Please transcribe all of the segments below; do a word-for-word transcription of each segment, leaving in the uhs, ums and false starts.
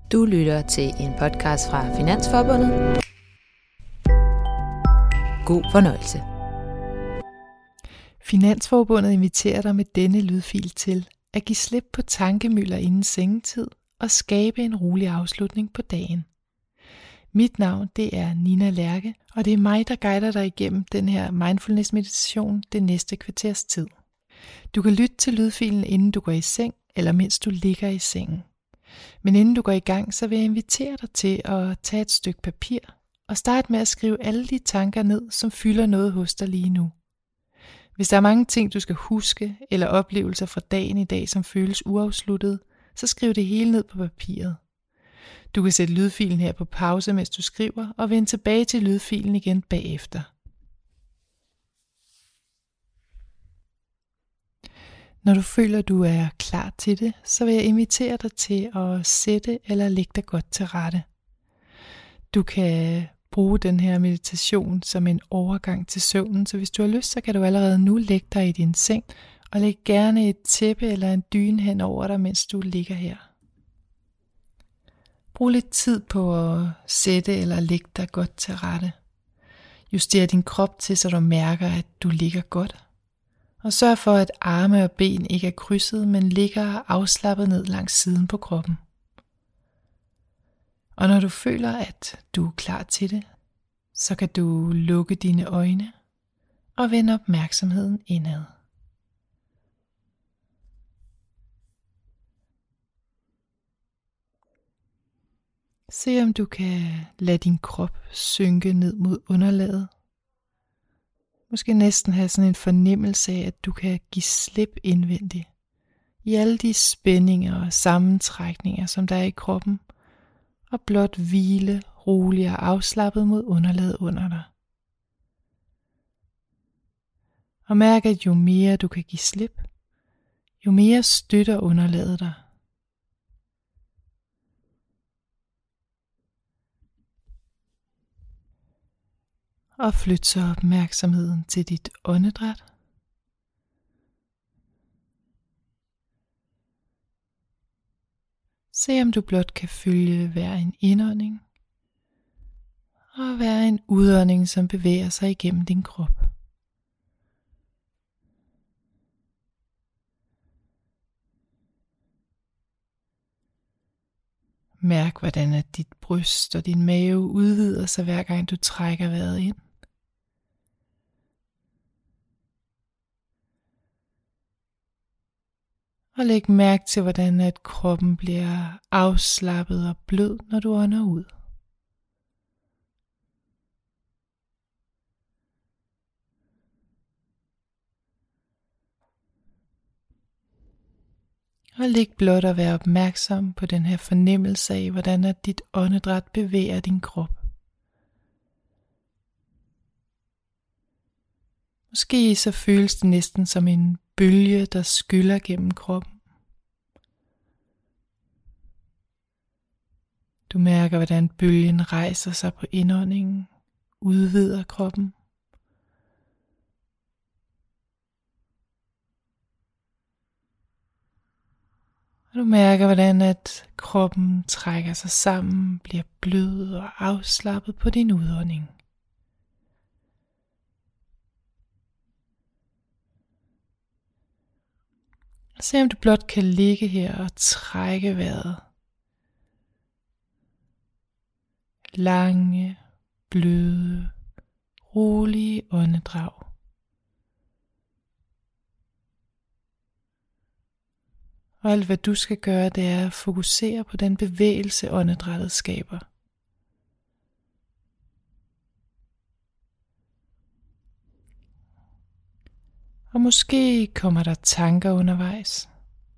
Du lytter til en podcast fra Finansforbundet. God fornøjelse. Finansforbundet inviterer dig med denne lydfil til at give slip på tankemylder inden sengetid og skabe en rolig afslutning på dagen. Mit navn det er Nina Lærke, og det er mig, der guider dig igennem den her mindfulness-meditation det næste kvarters tid. Du kan lytte til lydfilen, inden du går i seng, eller mens du ligger i sengen. Men inden du går i gang, så vil jeg invitere dig til at tage et stykke papir og starte med at skrive alle de tanker ned, som fylder noget hos dig lige nu. Hvis der er mange ting, du skal huske, eller oplevelser fra dagen i dag, som føles uafsluttet, så skriv det hele ned på papiret. Du kan sætte lydfilen her på pause, mens du skriver, og vende tilbage til lydfilen igen bagefter. Når du føler, du er klar til det, så vil jeg invitere dig til at sætte eller lægge dig godt til rette. Du kan bruge den her meditation som en overgang til søvnen, så hvis du har lyst, så kan du allerede nu lægge dig i din seng, og læg gerne et tæppe eller en dyne hen over dig, mens du ligger her. Brug lidt tid på at sætte eller lægge dig godt til rette. Juster din krop til, så du mærker, at du ligger godt. Og sørg for, at arme og ben ikke er krydset, men ligger afslappet ned langs siden på kroppen. Og når du føler, at du er klar til det, så kan du lukke dine øjne og vende opmærksomheden indad. Se om du kan lade din krop synke ned mod underlaget. Måske næsten have sådan en fornemmelse af, at du kan give slip indvendigt i alle de spændinger og sammentrækninger, som der er i kroppen, og blot hvile roligt og afslappet mod underlaget under dig. Og mærk, at jo mere du kan give slip, jo mere støtter underlaget dig. Og flyt så opmærksomheden til dit åndedræt. Se om du blot kan følge hver en indånding og hver en udånding, som bevæger sig igennem din krop. Mærk, hvordan at dit bryst og din mave udvider sig, hver gang du trækker vejret ind. Og læg mærke til, hvordan at kroppen bliver afslappet og blød, når du ånder ud. Og læg blot at være opmærksom på den her fornemmelse af, hvordan at dit åndedræt bevæger din krop. Måske så føles det næsten som en bølge, der skyller gennem kroppen. Du mærker, hvordan bølgen rejser sig på indåndingen, udvider kroppen. Og du mærker, hvordan at kroppen trækker sig sammen, bliver blød og afslappet på din udånding. Se om du blot kan ligge her og trække vejret. Lange, bløde, rolige åndedrag. Og alt hvad du skal gøre, det er at fokusere på den bevægelse åndedrættet skaber. Og måske kommer der tanker undervejs.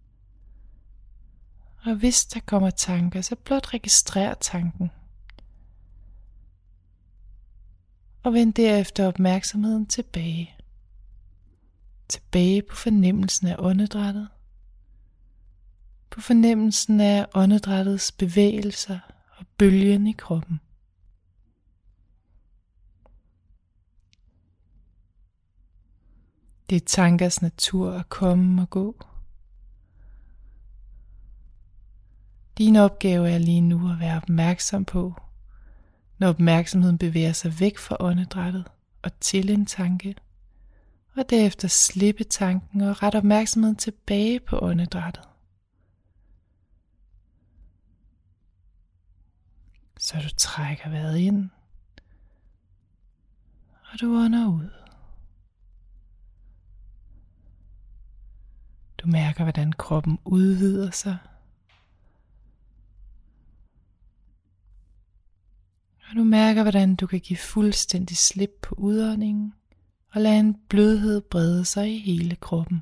Og hvis der kommer tanker, så blot registrer tanken. Og vend derefter opmærksomheden tilbage. Tilbage på fornemmelsen af åndedrættet. På fornemmelsen af åndedrættets bevægelser og bølgen i kroppen. Det er tankers natur at komme og gå. Din opgave er lige nu at være opmærksom på, når opmærksomheden bevæger sig væk fra åndedrættet og til en tanke, og derefter slippe tanken og rette opmærksomheden tilbage på åndedrættet. Så du trækker vejret ind, og du ånder ud. Du mærker, hvordan kroppen udvider sig. Og du mærker, hvordan du kan give fuldstændig slip på udåndingen og lade en blødhed brede sig i hele kroppen.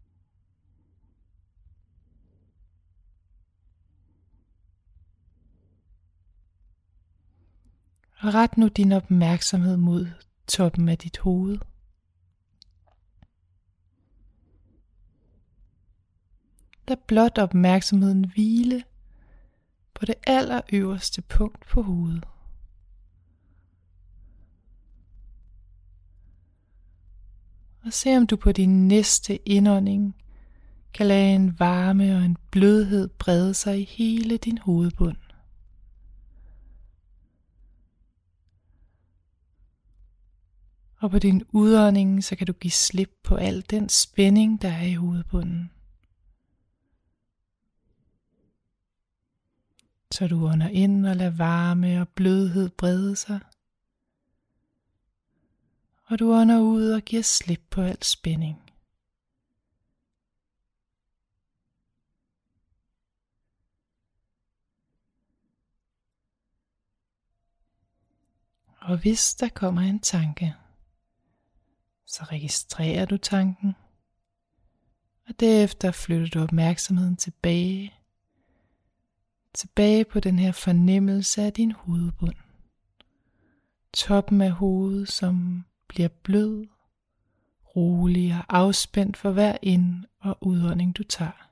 Og ret nu din opmærksomhed mod toppen af dit hoved. Lad blot opmærksomheden hvile på det allerøverste punkt på hovedet. Og se om du på din næste indånding kan lade en varme og en blødhed brede sig i hele din hovedbund. Og på din udånding så kan du give slip på al den spænding, der er i hovedbunden. Så du ånder ind og lader varme og blødhed brede sig. Og du ånder ud og giver slip på al spænding. Og hvis der kommer en tanke, så registrerer du tanken, og derefter flytter du opmærksomheden tilbage, tilbage på den her fornemmelse af din hovedbund. Toppen af hovedet, som bliver blød, rolig og afspændt for hver ind- og udånding du tager.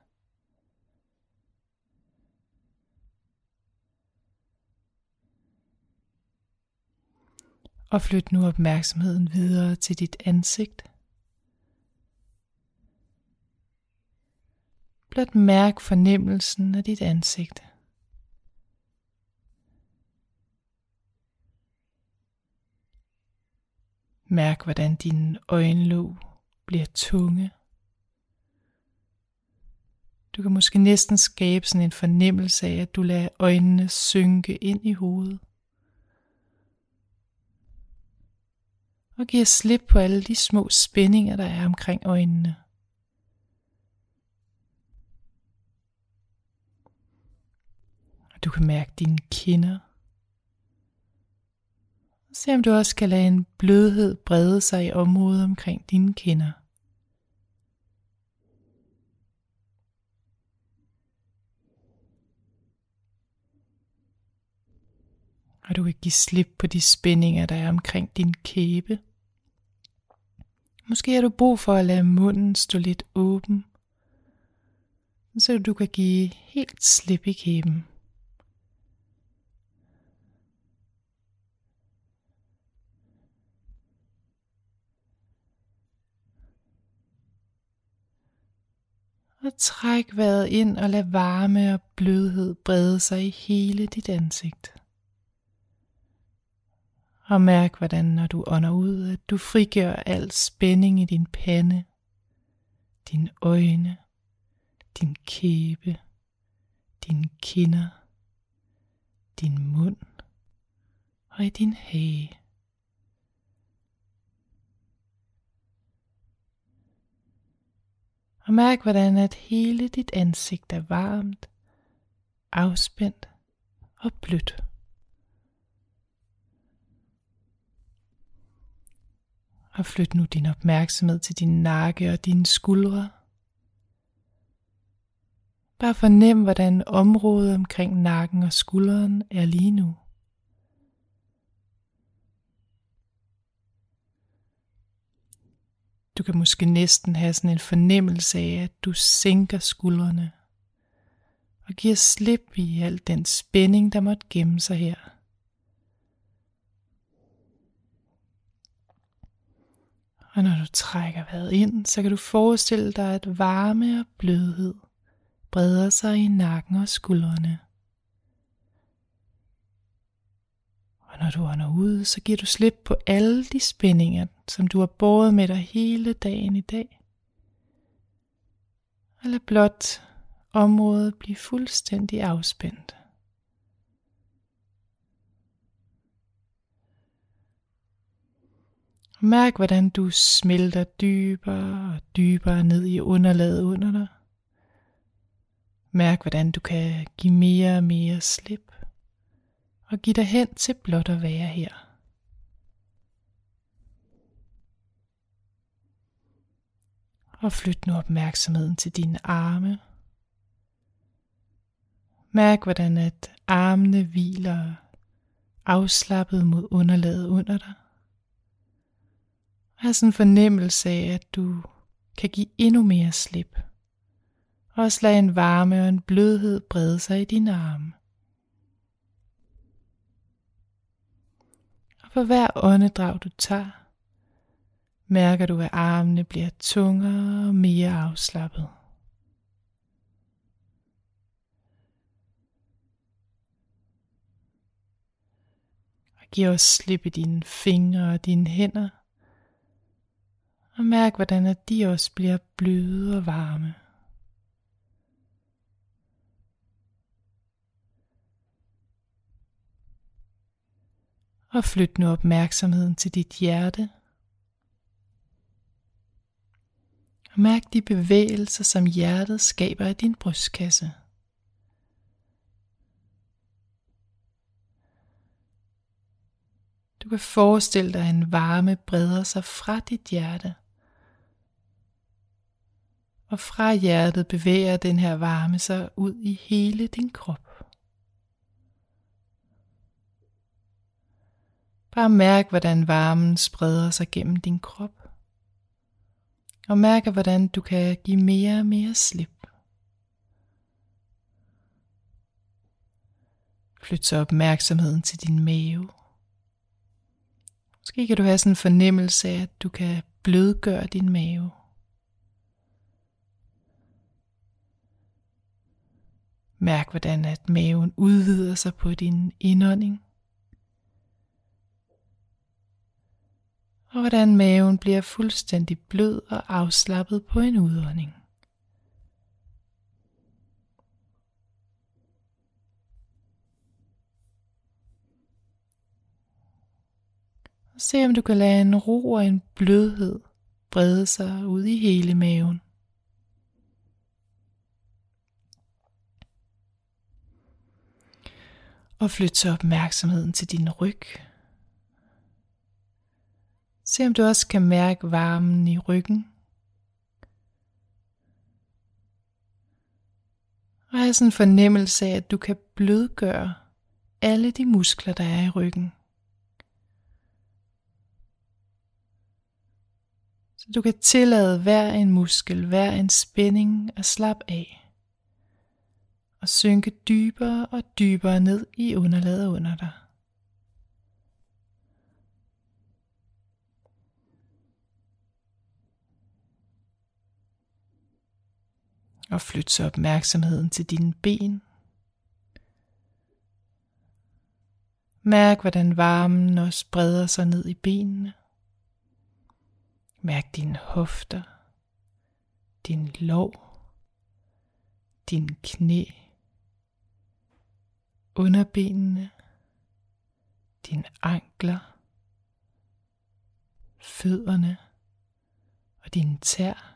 Og flyt nu opmærksomheden videre til dit ansigt. Blot mærk fornemmelsen af dit ansigt. Mærk, hvordan dine øjenlåg bliver tunge. Du kan måske næsten skabe sådan en fornemmelse af, at du lader øjnene synke ind i hovedet. Og giver slip på alle de små spændinger, der er omkring øjnene. Og du kan mærke dine kinder. Se om du også kan lade en blødhed brede sig i området omkring dine kinder. Og du kan give slip på de spændinger, der er omkring din kæbe. Måske har du brug for at lade munden stå lidt åben, så du kan give helt slip i kæben. Og træk vejret ind og lad varme og blødhed brede sig i hele dit ansigt. Og mærk, hvordan når du ånder ud, at du frigør al spænding i din pande, dine øjne, din kæbe, dine kinder, din mund og i din hage. Og mærk, hvordan at hele dit ansigt er varmt, afspændt og blødt. Og flyt nu din opmærksomhed til din nakke og dine skuldre. Bare fornem, hvordan området omkring nakken og skulderen er lige nu. Du kan måske næsten have sådan en fornemmelse af, at du sænker skuldrene og giver slip i al den spænding, der måtte gemme sig her. Og når du trækker vejret ind, så kan du forestille dig, at varme og blødhed breder sig i nakken og skuldrene. når du ånder ud, så giver du slip på alle de spændinger, som du har båret med dig hele dagen i dag. Og lad blot området blive fuldstændig afspændt. Mærk, hvordan du smelter dybere og dybere ned i underlaget under dig. Mærk, hvordan du kan give mere og mere slip og give dig hen til blot at være her. Og flyt nu opmærksomheden til dine arme. Mærk, hvordan at armene hviler afslappet mod underlaget under dig. Og have sådan en fornemmelse af, at du kan give endnu mere slip. Og også lade en varme og en blødhed brede sig i dine arme. Og for hver åndedrag du tager, mærker du, at armene bliver tungere og mere afslappet. Og giv også slip i dine fingre og dine hænder. Og mærk, hvordan de også bliver bløde og varme. Og flyt nu opmærksomheden til dit hjerte. Og mærk de bevægelser, som hjertet skaber i din brystkasse. Du kan forestille dig, at en varme breder sig fra dit hjerte. Og fra hjertet bevæger den her varme sig ud i hele din krop. Bare mærk, hvordan varmen spreder sig gennem din krop. Og mærk, hvordan du kan give mere og mere slip. Flyt så opmærksomheden til din mave. Måske kan du have sådan en fornemmelse af, at du kan blødgøre din mave. Mærk, hvordan at maven udvider sig på din indånding. Og hvordan maven bliver fuldstændig blød og afslappet på en udånding. Og se om du kan lade en ro og en blødhed brede sig ud i hele maven. Og flyt så opmærksomheden til din ryg. Se om du også kan mærke varmen i ryggen. Og have sådan en fornemmelse af, at du kan blødgøre alle de muskler, der er i ryggen. Så du kan tillade hver en muskel, hver en spænding at slappe af. Og synke dybere og dybere ned i underlaget under dig. Og flyt så opmærksomheden til dine ben. Mærk, hvordan varmen også breder sig ned i benene. Mærk dine hofter, din lår, dine knæ, underbenene, dine ankler, fødderne og dine tæer.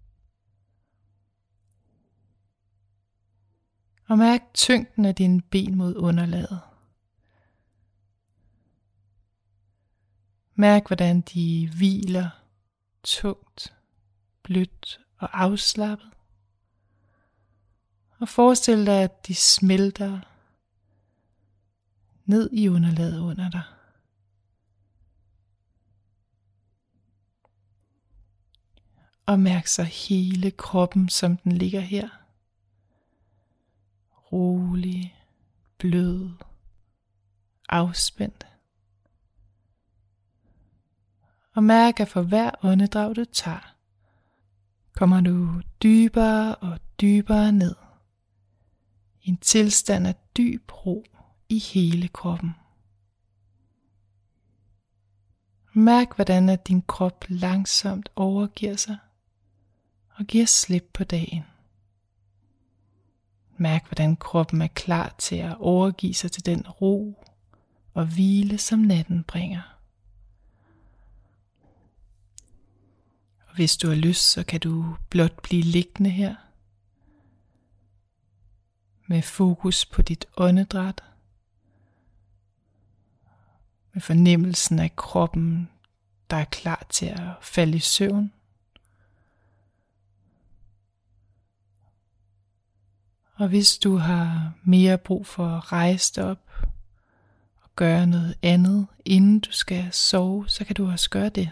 Og mærk tyngden af dine ben mod underlaget. Mærk, hvordan de hviler tungt, blødt og afslappet. Og forestil dig, at de smelter ned i underlaget under dig. Og mærk så hele kroppen, som den ligger her. Rolig, blød, afspændt. Og mærk, at for hver åndedrag du tager, kommer du dybere og dybere ned i en tilstand af dyb ro i hele kroppen. Mærk, hvordan at din krop langsomt overgiver sig og giver slip på dagen. Mærk, hvordan kroppen er klar til at overgive sig til den ro og hvile, som natten bringer. Og hvis du har lyst, så kan du blot blive liggende her med fokus på dit åndedræt, med fornemmelsen af kroppen, der er klar til at falde i søvn. Og hvis du har mere brug for at rejse dig op og gøre noget andet, inden du skal sove, så kan du også gøre det.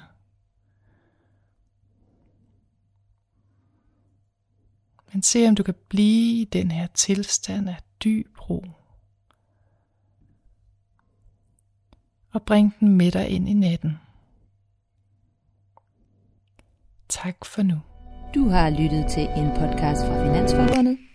Men se om du kan blive i den her tilstand af dyb ro. Og bring den med dig ind i natten. Tak for nu. Du har lyttet til en podcast fra Finansforbundet.